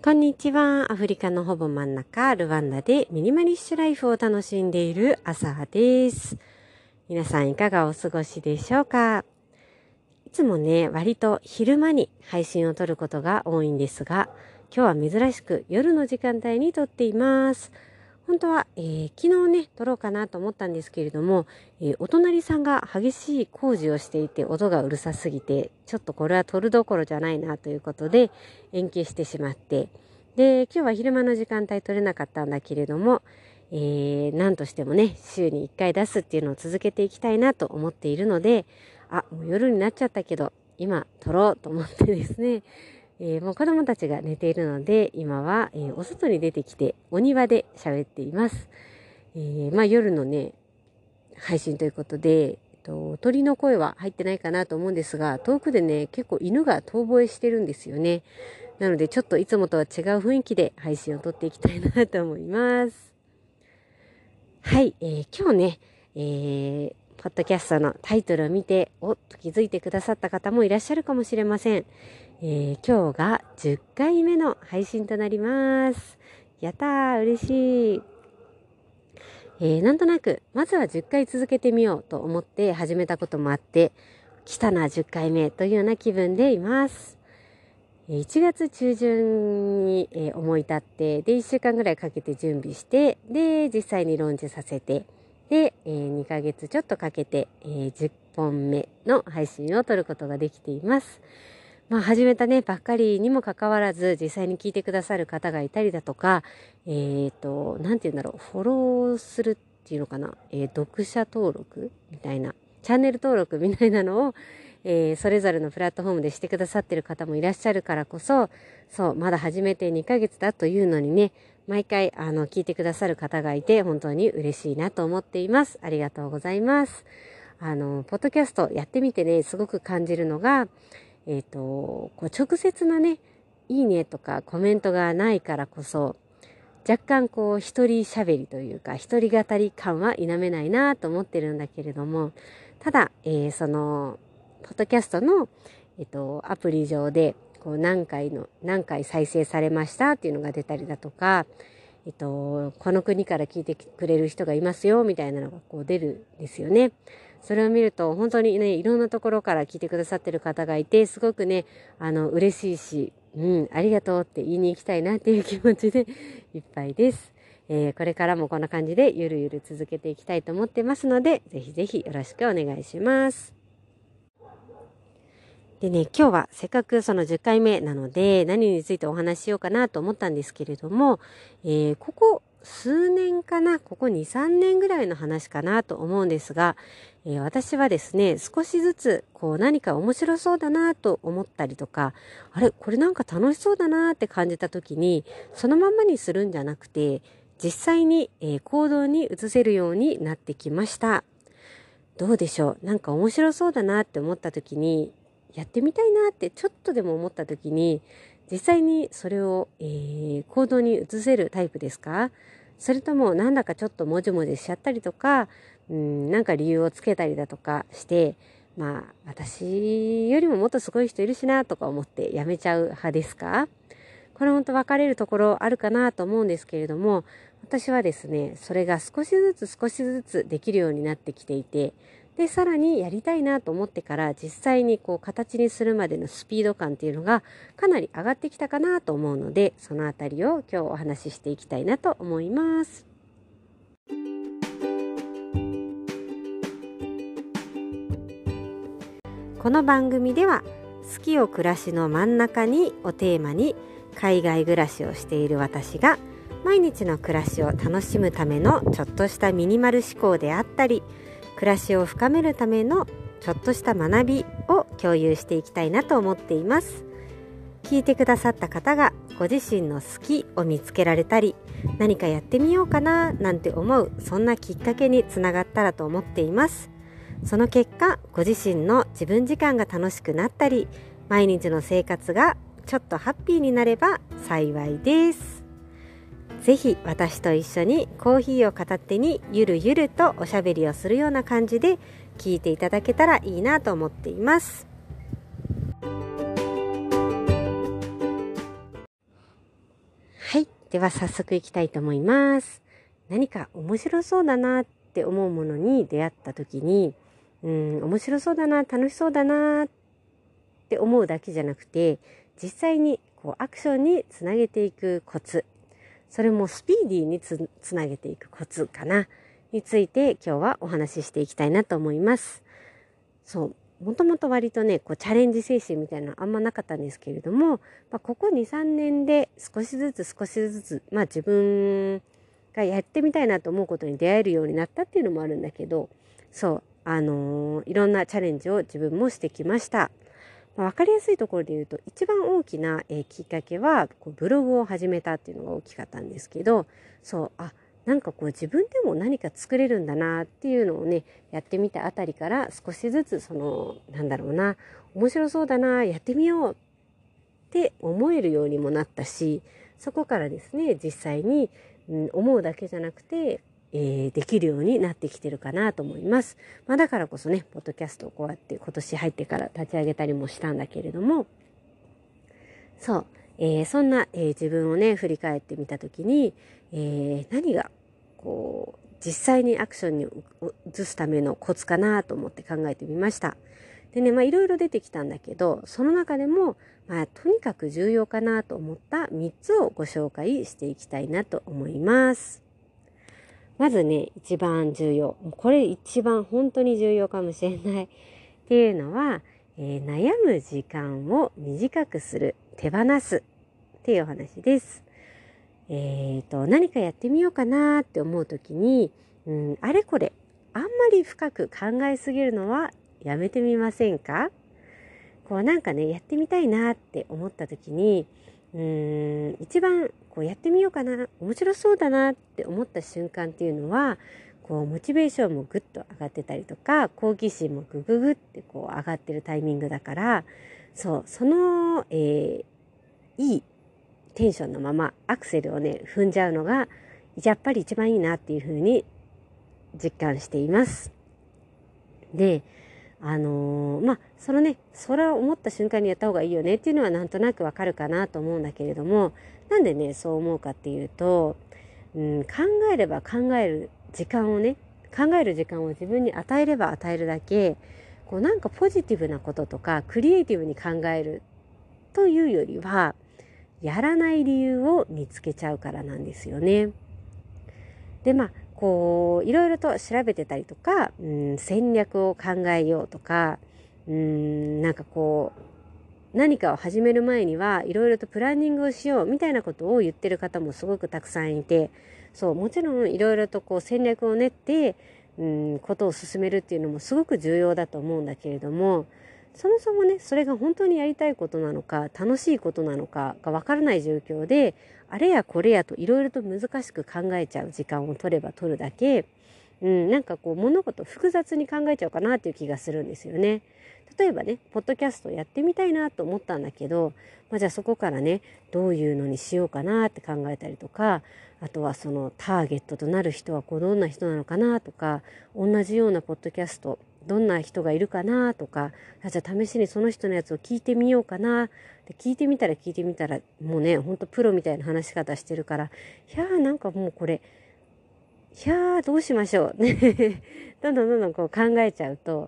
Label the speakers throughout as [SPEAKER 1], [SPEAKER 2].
[SPEAKER 1] こんにちは。アフリカのほぼ真ん中、ルワンダでミニマリッシュライフを楽しんでいるアサーです。皆さんいかがお過ごしでしょうか？いつもね、割と昼間に配信を撮ることが多いんですが、今日は珍しく夜の時間帯に撮っています。本当は、昨日ね、撮ろうかなと思ったんですけれども、お隣さんが激しい工事をしていて音がうるさすぎて、ちょっとこれは撮るどころじゃないなということで延期してしまって、で、今日は昼間の時間帯撮れなかったんだけれども、何としてもね、週に1回出すっていうのを続けていきたいなと思っているので、もう夜になっちゃったけど、今撮ろうと思ってですね、もう子供たちが寝ているので、今は、お外に出てきてお庭で喋っています。夜のね、配信ということで、鳥の声は入ってないかなと思うんですが、遠くでね、結構犬が遠吠えしてるんですよね。なのでちょっといつもとは違う雰囲気で配信を撮っていきたいなと思います。はい、今日ね、ポッドキャストのタイトルを見て、おっと気づいてくださった方もいらっしゃるかもしれません。今日が10回目の配信となります。やったー、嬉しい。なんとなく、まずは10回続けてみようと思って始めたこともあって、来たな10回目というような気分でいます。1月中旬に思い立って、で、1週間ぐらいかけて準備して、で、実際にローンチさせて、で、2ヶ月ちょっとかけて、10本目の配信を撮ることができています。始めたね、ばっかりにもかかわらず、実際に聞いてくださる方がいたりだとか、なんて言うんだろう、フォローするっていうのかな、読者登録みたいな、チャンネル登録みたいなのを、それぞれのプラットフォームでしてくださってる方もいらっしゃるからこそ、そう、まだ始めて2ヶ月だというのにね、毎回、聞いてくださる方がいて、本当に嬉しいなと思っています。ありがとうございます。ポッドキャストやってみてね、すごく感じるのが、こう直接なね、いいねとかコメントがないからこそ、若干こう一人喋りというか、一人語り感は否めないなと思ってるんだけれども、ただ、その、ポッドキャストの、アプリ上で、こう何回再生されましたっていうのが出たりだとか、この国から聞いてくれる人がいますよみたいなのがこう出るんですよね。それを見ると本当にね、いろんなところから聞いてくださってる方がいて、すごくね、嬉しいし、ありがとうって言いに行きたいなっていう気持ちでいっぱいです。これからもこんな感じでゆるゆる続けていきたいと思ってますので、ぜひぜひよろしくお願いします。でね、今日はせっかくその10回目なので、何についてお話ししようかなと思ったんですけれども、ここ数年かな、ここ2、3年ぐらいの話かなと思うんですが、私はですね、少しずつこう何か面白そうだなと思ったりとか、あれ、これなんか楽しそうだなって感じた時に、そのままにするんじゃなくて、実際に、行動に移せるようになってきました。どうでしょう、なんか面白そうだなって思った時に、やってみたいなってちょっとでも思った時に、実際にそれを、行動に移せるタイプですか？それともなんだかちょっともじもじしちゃったりとか、なんか理由をつけたりだとかして、私よりももっとすごい人いるしなとか思ってやめちゃう派ですか？これ本当分かれるところあるかなと思うんですけれども、私はですね、それが少しずつできるようになってきていて、で、さらにやりたいなと思ってから実際にこう形にするまでのスピード感っていうのがかなり上がってきたかなと思うので、そのあたりを今日お話ししていきたいなと思います。この番組では、好きを暮らしの真ん中にをテーマに海外暮らしをしている私が毎日の暮らしを楽しむためのちょっとしたミニマル思考であったり、暮らしを深めるためのちょっとした学びを共有していきたいなと思っています。聞いてくださった方がご自身の好きを見つけられたり、何かやってみようかななんて思う、そんなきっかけにつながったらと思っています。その結果、ご自身の自分時間が楽しくなったり、毎日の生活がちょっとハッピーになれば幸いです。ぜひ私と一緒にコーヒーを片手にゆるゆるとおしゃべりをするような感じで聞いていただけたらいいなと思っています。 では早速いきたいと思います。何か面白そうだなって思うものに出会った時に、面白そうだな、楽しそうだなって思うだけじゃなくて、実際にアクションにつなげていくコツ、それもスピーディーにつなげていくコツかなについて今日はお話ししていきたいなと思います。もともと割とねチャレンジ精神みたいなのあんまなかったんですけれども、ここ 2,3 年で少しずつ自分がやってみたいなと思うことに出会えるようになったっていうのもあるんだけど、いろんなチャレンジを自分もしてきました。分かりやすいところで言うと、一番大きな、きっかけはブログを始めたっていうのが大きかったんですけど、なんか自分でも何か作れるんだなっていうのをねやってみたあたりから、少しずつ面白そうだな、やってみようって思えるようにもなったし、そこからですね実際に、思うだけじゃなくて、できるようになってきてるかなと思います。だからこそねポッドキャストをこうやって今年入ってから立ち上げたりもしたんだけれども、そんな、自分をね振り返ってみた時に、何が実際にアクションに移すためのコツかなと思って考えてみました。でね、いろいろ出てきたんだけど、その中でも、とにかく重要かなと思った3つをご紹介していきたいなと思います。まずね、一番重要、これ一番本当に重要かもしれないっていうのは、悩む時間を短くする、手放すっていうお話です。何かやってみようかなって思うときに、あれこれあんまり深く考えすぎるのはやめてみませんか？なんかねやってみたいなって思ったときに、一番やってみようかな、面白そうだなって思った瞬間っていうのは、モチベーションもぐっと上がってたりとか、好奇心もグググって上がってるタイミングだから、その、いいテンションのままアクセルをね踏んじゃうのがやっぱり一番いいなっていうふうに実感しています。で、それを思った瞬間にやった方がいいよねっていうのはなんとなくわかるかなと思うんだけれども、なんでねそう思うかっていうと、考えれば考える時間を自分に与えれば与えるだけ、なんかポジティブなこととかクリエイティブに考えるというよりは、やらない理由を見つけちゃうからなんですよね。でいろいろと調べてたりとか、戦略を考えようとか、何かを始める前にはいろいろとプランニングをしようみたいなことを言ってる方もすごくたくさんいて、もちろんいろいろと戦略を練ってことを進めるっていうのもすごく重要だと思うんだけれども、そもそもねそれが本当にやりたいことなのか楽しいことなのかが分からない状況で、あれやこれやといろいろと難しく考えちゃう時間を取れば取るだけ、物事複雑に考えちゃうかなっていう気がするんですよね。例えばねポッドキャストやってみたいなと思ったんだけど、じゃあそこからねどういうのにしようかなって考えたりとか、あとはそのターゲットとなる人はどんな人なのかなとか、同じようなポッドキャストどんな人がいるかなとか、じゃあ試しにその人のやつを聞いてみようかな。で聞いてみたらもうねほんとプロみたいな話し方してるから、なんかもうこれどうしましょうどんどん考えちゃうと、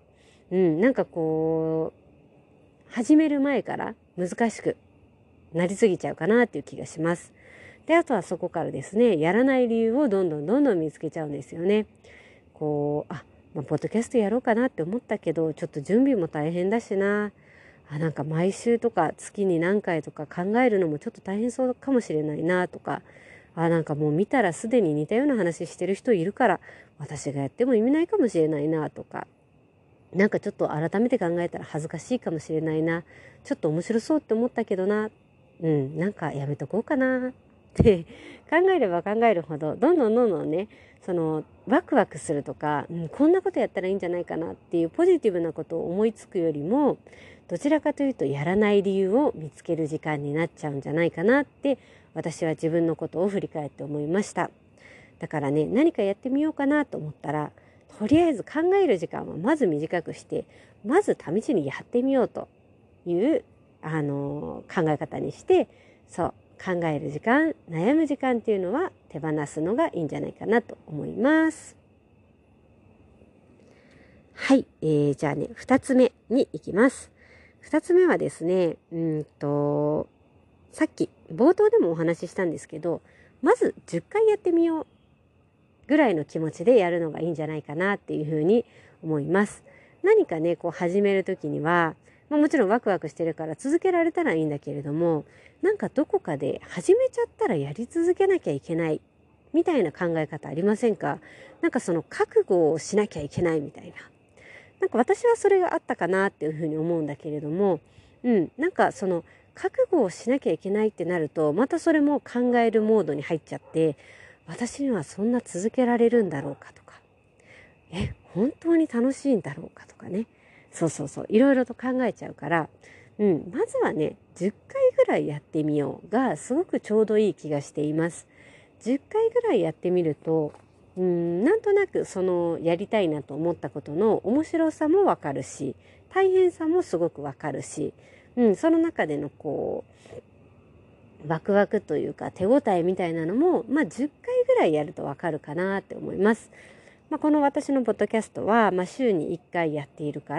[SPEAKER 1] 始める前から難しくなりすぎちゃうかなっていう気がします。であとはそこからですね、やらない理由をどんどん見つけちゃうんですよね。ポッドキャストやろうかなって思ったけど、ちょっと準備も大変だしな。なんか毎週とか月に何回とか考えるのもちょっと大変そうかもしれないなとか、なんかもう見たらすでに似たような話してる人いるから、私がやっても意味ないかもしれないなとか、なんかちょっと改めて考えたら恥ずかしいかもしれないな。ちょっと面白そうって思ったけどな。なんかやめとこうかなって考えれば考えるほど、どんどんね、ワクワクするとか、こんなことやったらいいんじゃないかなっていうポジティブなことを思いつくよりも、どちらかというとやらない理由を見つける時間になっちゃうんじゃないかなって、私は自分のことを振り返って思いました。だからね、何かやってみようかなと思ったら、とりあえず考える時間はまず短くして、まず試しにやってみようという考え方にして、 考える時間、悩む時間っていうのは手放すのがいいんじゃないかなと思います。はい、じゃあね、2つ目に行きます。2つ目はですね、さっき冒頭でもお話ししたんですけど、まず10回やってみようぐらいの気持ちでやるのがいいんじゃないかなっていうふうに思います。何かね、こう始めるときには、もちろんワクワクしてるから続けられたらいいんだけれども、なんかどこかで始めちゃったらやり続けなきゃいけないみたいな考え方ありませんか？なんかその覚悟をしなきゃいけないみたいな。なんか私はそれがあったかなっていうふうに思うんだけれども、なんかその覚悟をしなきゃいけないってなると、またそれも考えるモードに入っちゃって、私にはそんな続けられるんだろうかとか、本当に楽しいんだろうかとかね。いろいろと考えちゃうから、まずはね、10回ぐらいやってみようがすごくちょうどいい気がしています。10回ぐらいやってみると、なんとなくそのやりたいなと思ったことの面白さもわかるし、大変さもすごくわかるし、その中でのこうワクワクというか手応えみたいなのも、10回ぐらいやるとわかるかなって思います。この私のポッドキャストは、週に1回やっているから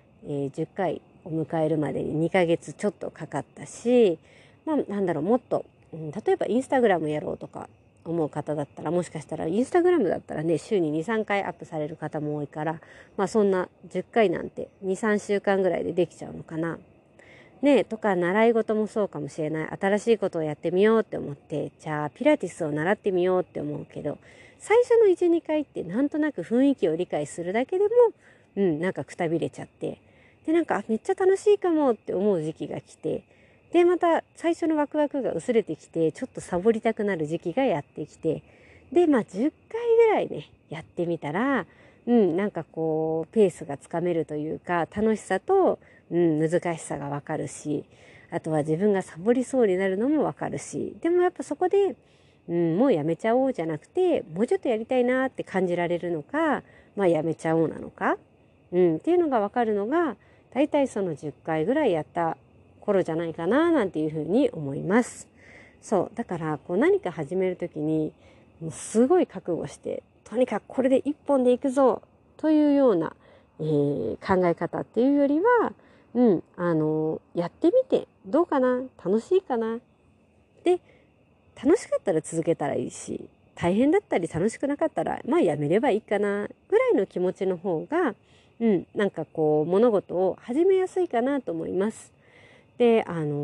[SPEAKER 1] 、10回を迎えるまでに2ヶ月ちょっとかかったし、もっと、例えばインスタグラムやろうとか思う方だったら、もしかしたらインスタグラムだったらね、週に2、3回アップされる方も多いから、そんな10回なんて2、3週間ぐらいでできちゃうのかな。ね、とか習い事もそうかもしれない。新しいことをやってみようって思って、じゃあピラティスを習ってみようって思うけど、最初の1、2回ってなんとなく雰囲気を理解するだけでも、なんかくたびれちゃって、で、なんかめっちゃ楽しいかもって思う時期が来て、で、また最初のワクワクが薄れてきて、ちょっとサボりたくなる時期がやってきて、で、10回ぐらいね、やってみたら、なんかこう、ペースがつかめるというか、楽しさと、難しさがわかるし、あとは自分がサボりそうになるのもわかるし、でもやっぱそこで、もうやめちゃおうじゃなくて、もうちょっとやりたいなって感じられるのか、やめちゃおうなのか、っていうのがわかるのが、だいたいその10回ぐらいやった頃じゃないかな、なんていうふうに思います。そう。だから、こう何か始めるときに、もうすごい覚悟して、とにかくこれで一本でいくぞ、というような、考え方っていうよりは、やってみてどうかな、楽しいかな。で、楽しかったら続けたらいいし、大変だったり楽しくなかったら、やめればいいかな、ぐらいの気持ちの方が、なんかこう、物事を始めやすいかなと思います。で、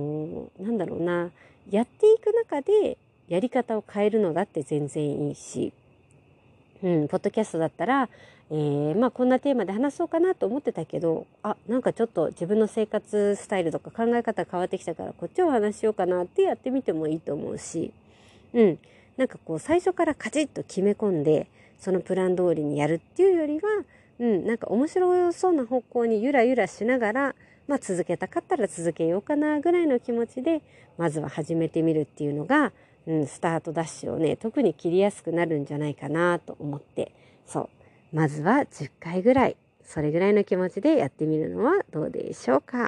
[SPEAKER 1] やっていく中でやり方を変えるのだって全然いいし、ポッドキャストだったら、こんなテーマで話そうかなと思ってたけど、なんかちょっと自分の生活スタイルとか考え方変わってきたから、こっちをお話ししようかなってやってみてもいいと思うし、なんかこう最初からカチッと決め込んで、そのプラン通りにやるっていうよりは、なんか面白そうな方向にゆらゆらしながら、続けたかったら続けようかなぐらいの気持ちで、まずは始めてみるっていうのが、スタートダッシュをね、特に切りやすくなるんじゃないかなと思って、まずは10回ぐらい、それぐらいの気持ちでやってみるのはどうでしょうか。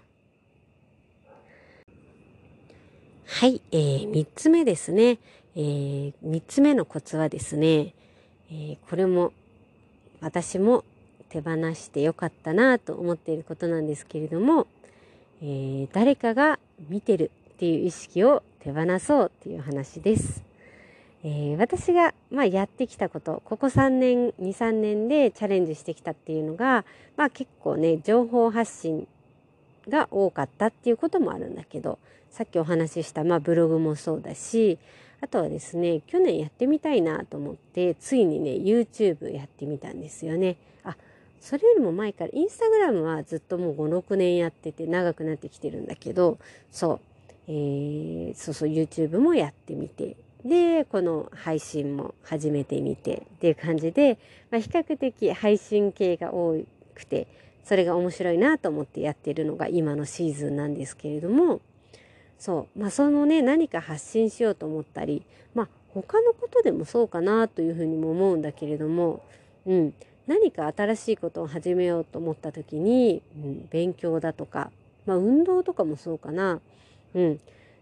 [SPEAKER 1] はい、3つ目ですね。3つ目のコツはですね、これも私も手放してよかったなと思っていることなんですけれども、誰かが見てるっていう意識を手放そうっていう話です。私が、やってきたこと、ここ3年、2、3年でチャレンジしてきたっていうのが、結構ね、情報発信が多かったっていうこともあるんだけど、さっきお話しした、ブログもそうだし、あとはですね、去年やってみたいなと思って、ついにね、YouTube やってみたんですよね。それよりも前から、インスタグラムはずっともう5、6年やってて長くなってきてるんだけど、YouTube もやってみて、で、この配信も始めてみてっていう感じで、比較的配信系が多くて、それが面白いなと思ってやってるのが今のシーズンなんですけれども、そのね、何か発信しようと思ったり、他のことでもそうかなというふうにも思うんだけれども、何か新しいことを始めようと思った時に、勉強だとか、運動とかもそうかな、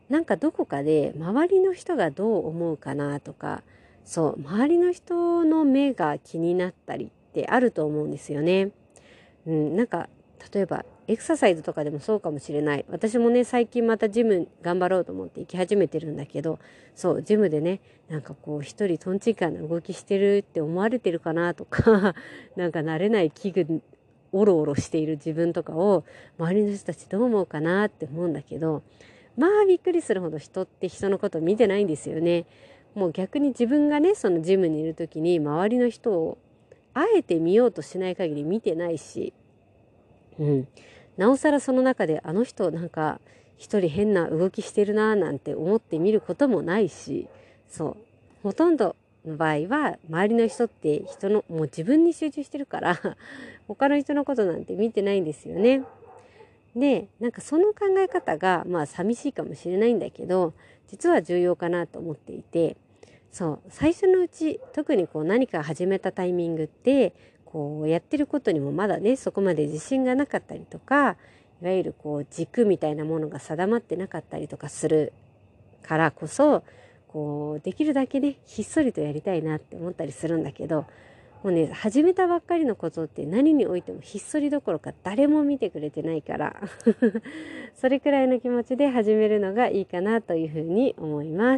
[SPEAKER 1] なんかどこかで周りの人がどう思うかなとか、そう周りの人の目が気になったりってあると思うんですよね。なんか例えばエクササイズとかでもそうかもしれない。私もね、最近またジム頑張ろうと思って行き始めてるんだけど、そうジムでね、なんかこう一人トンチンカンな動きしてるって思われてるかなとかなんか慣れない器具おろおろしている自分とかを周りの人たちどう思うかなって思うんだけど、まあびっくりするほど人って人のこと見てないんですよね。もう逆に自分がね、そのジムにいる時に周りの人をあえて見ようとしない限り見てないし、なおさらその中であの人なんか一人変な動きしてるななんて思って見ることもないし、そうほとんどの場合は周りの人って人のもう自分に集中してるから他の人のことなんて見てないんですよね。でなんかその考え方がまあ寂しいかもしれないんだけど、実は重要かなと思っていて、そう最初のうち特にこう何か始めたタイミングってこうやってることにもまだねそこまで自信がなかったりとか、いわゆるこう軸みたいなものが定まってなかったりとかするからこそ、こうできるだけねひっそりとやりたいなって思ったりするんだけど、もうね始めたばっかりのことって何においてもひっそりどころか誰も見てくれてないからそれくらいの気持ちで始めるのがいいかなというふうに思います。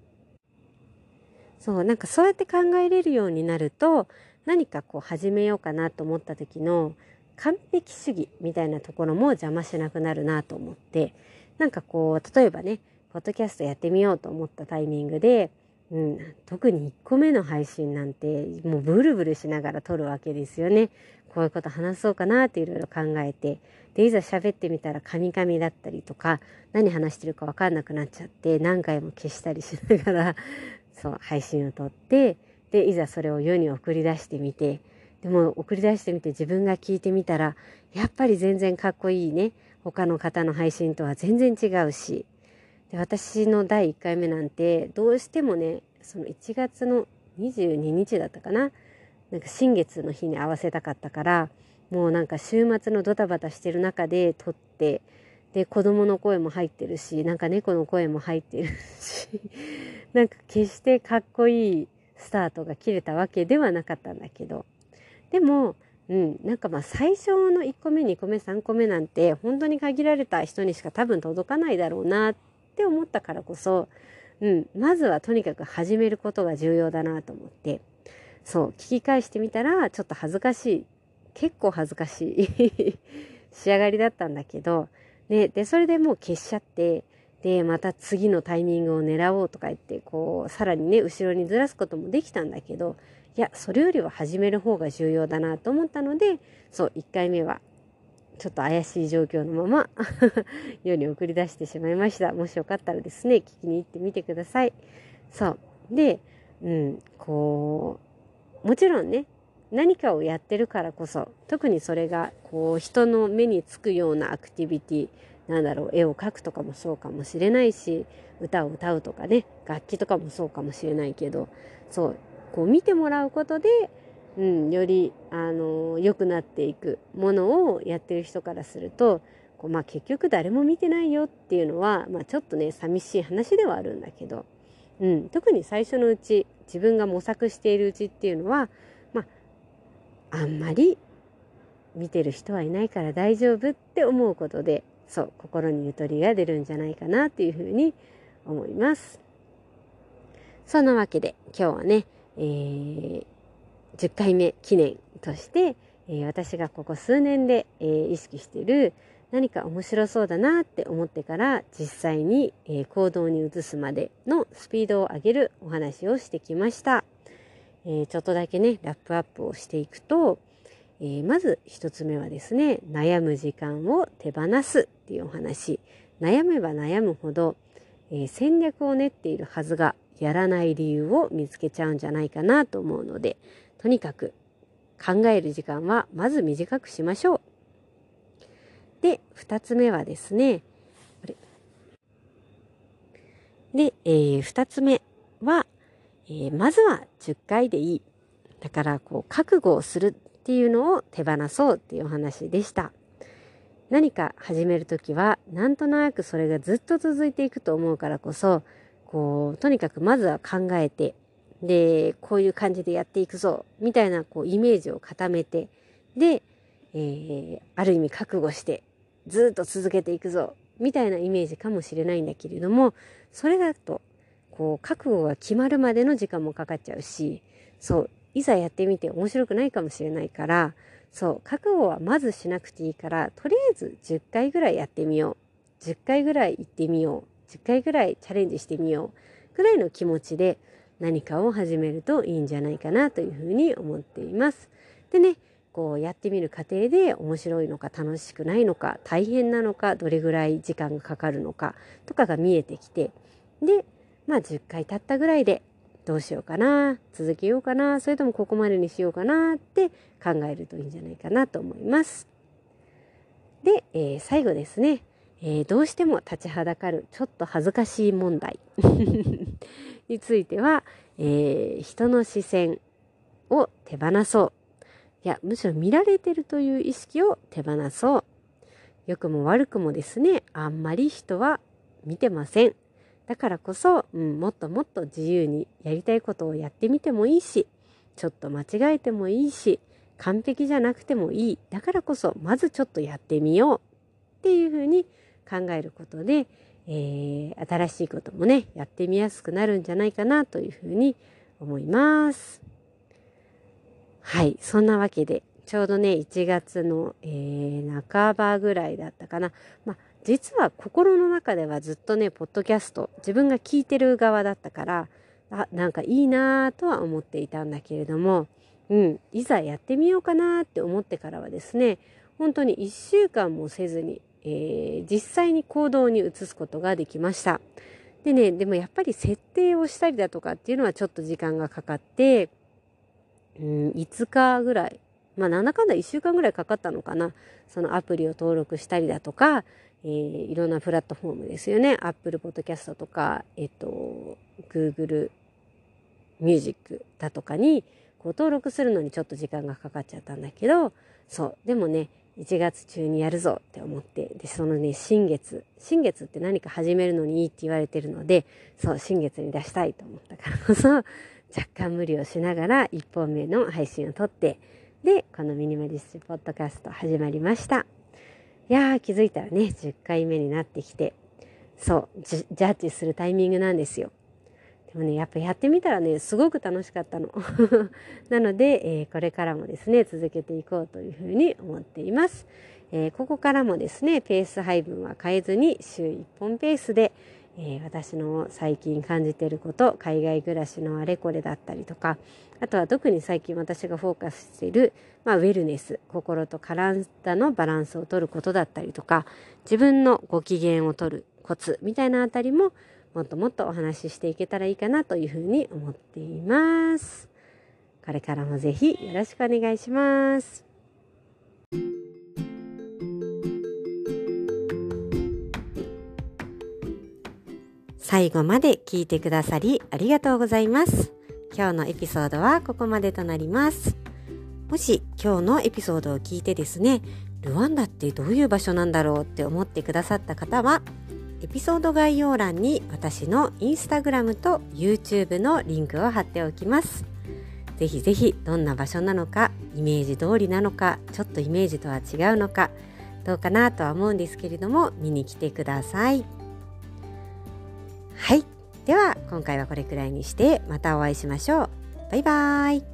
[SPEAKER 1] そうなんかそうやって考えれるようになると、何かこう始めようかなと思った時の完璧主義みたいなところも邪魔しなくなるなと思って、なんかこう例えばねポッドキャストやってみようと思ったタイミングで、特に1個目の配信なんてもうブルブルしながら撮るわけですよね。こういうこと話そうかなっていろいろ考えて、でいざ喋ってみたらカミカミだったりとか、何話してるか分かんなくなっちゃって何回も消したりしながらそう配信を撮って、でいざそれを世に送り出してみて、でも送り出してみて自分が聞いてみたらやっぱり全然かっこいいね、他の方の配信とは全然違うし、で私の第1回目なんてどうしてもね、その1月の22日だったかな、なんか新月の日に合わせたかったから、もうなんか週末のドタバタしてる中で撮って、で子供の声も入ってるし、なんか猫の声も入ってるしなんか決してかっこいいスタートが切れたわけではなかったんだけど、でもなんかまあ最初の1個目2個目3個目なんて本当に限られた人にしか多分届かないだろうなって思ったからこそ、まずはとにかく始めることが重要だなと思って、そう聞き返してみたらちょっと恥ずかしい、結構恥ずかしい仕上がりだったんだけど、ね、でそれでもう消しちゃって、でまた次のタイミングを狙おうとか言ってこうさらにね後ろにずらすこともできたんだけど、いやそれよりは始める方が重要だなと思ったので、そう1回目はちょっと怪しい状況のまま世に送り出してしまいました。もしよかったらですね聞きに行ってみてください。そうで、こうもちろんね何かをやってるからこそ、特にそれがこう人の目につくようなアクティビティ、なんだろう、絵を描くとかもそうかもしれないし、歌を歌うとかね、楽器とかもそうかもしれないけど、そうこう見てもらうことで、より良くなっていくものをやってる人からすると、こう結局誰も見てないよっていうのは、ちょっとね寂しい話ではあるんだけど、特に最初のうち自分が模索しているうちっていうのは、あんまり見てる人はいないから大丈夫って思うことで、そう心にゆとりが出るんじゃないかなっていうふうに思います。そんなわけで今日はね、10回目記念として、私がここ数年で、意識している何か面白そうだなって思ってから実際に、行動に移すまでのスピードを上げるお話をしてきました。ちょっとだけねラップアップをしていくと、まず一つ目はですね、悩む時間を手放すっていうお話。悩めば悩むほど、戦略を練っているはずがやらない理由を見つけちゃうんじゃないかなと思うので、とにかく考える時間はまず短くしましょう。で、二つ目はですね、二つ目は、まずは10回でいい。だからこう覚悟をするっていうのを手放そうっていうお話でした。 何か始めるときはなんとなくそれがずっと続いていくと思うからこそ、とにかくまずは考えて、でこういう感じでやっていくぞみたいなイメージを固めて、で、ある意味覚悟してずっと続けていくぞみたいなイメージかもしれないんだけれども、それだと覚悟が決まるまでの時間もかかっちゃうし、いざやってみて面白くないかもしれないから、覚悟はまずしなくていいから、とりあえず10回ぐらいやってみよう、10回ぐらい行ってみよう、10回ぐらいチャレンジしてみようぐらいの気持ちで何かを始めるといいんじゃないかなというふうに思っています。でね、やってみる過程で面白いのか楽しくないのか、大変なのか、どれぐらい時間がかかるのかとかが見えてきて、で10回経ったぐらいでどうしようかな、続けようかな、それともここまでにしようかなって考えるといいんじゃないかなと思います。で、最後ですね、どうしても立ちはだかるちょっと恥ずかしい問題については、人の視線を手放そう。いや、むしろ見られてるという意識を手放そう。良くも悪くもですね、あんまり人は見てません。だからこそ、もっともっと自由にやりたいことをやってみてもいいし、ちょっと間違えてもいいし、完璧じゃなくてもいい。だからこそ、まずちょっとやってみようっていうふうに考えることで、新しいこともね、やってみやすくなるんじゃないかなというふうに思います。はい、そんなわけで、ちょうどね、1月の、半ばぐらいだったかな。実は心の中ではずっとね、ポッドキャスト、自分が聞いてる側だったから、なんかいいなぁとは思っていたんだけれども、いざやってみようかなって思ってからはですね、本当に1週間もせずに、実際に行動に移すことができました。でね、でもやっぱり設定をしたりだとかっていうのはちょっと時間がかかって、5日ぐらい、なんだかんだ1週間ぐらいかかったのかな。そのアプリを登録したりだとか、いろんなプラットフォームですよね。Apple Podcast とか、Google Music だとかに登録するのにちょっと時間がかかっちゃったんだけど、でもね、1月中にやるぞって思って、で、そのね、新月って何か始めるのにいいって言われてるので、新月に出したいと思ったからこそ、若干無理をしながら1本目の配信を撮って、で、このミニマリストポッドキャスト始まりました。いやー、気づいたらね、10回目になってきて、ジャッジするタイミングなんですよ。でもね、やっぱやってみたらね、すごく楽しかったの。なので、これからもですね、続けていこうというふうに思っています。ここからもですね、ペース配分は変えずに週1本ペースで、私の最近感じていること、海外暮らしのあれこれだったりとか、あとは特に最近私がフォーカスしている、ウェルネス、心と体のバランスを取ることだったりとか、自分のご機嫌を取るコツみたいなあたりももっともっとお話ししていけたらいいかなというふうに思っています。これからもぜひよろしくお願いします。最後まで聞いてくださりありがとうございます。今日のエピソードはここまでとなります。もし今日のエピソードを聞いてですね、ルワンダってどういう場所なんだろうって思ってくださった方は、エピソード概要欄に私のインスタグラムと YouTube のリンクを貼っておきます。ぜひぜひどんな場所なのか、イメージ通りなのか、ちょっとイメージとは違うのか、どうかなとは思うんですけれども、見に来てください。はい。では今回はこれくらいにしてまたお会いしましょう。バイバーイ。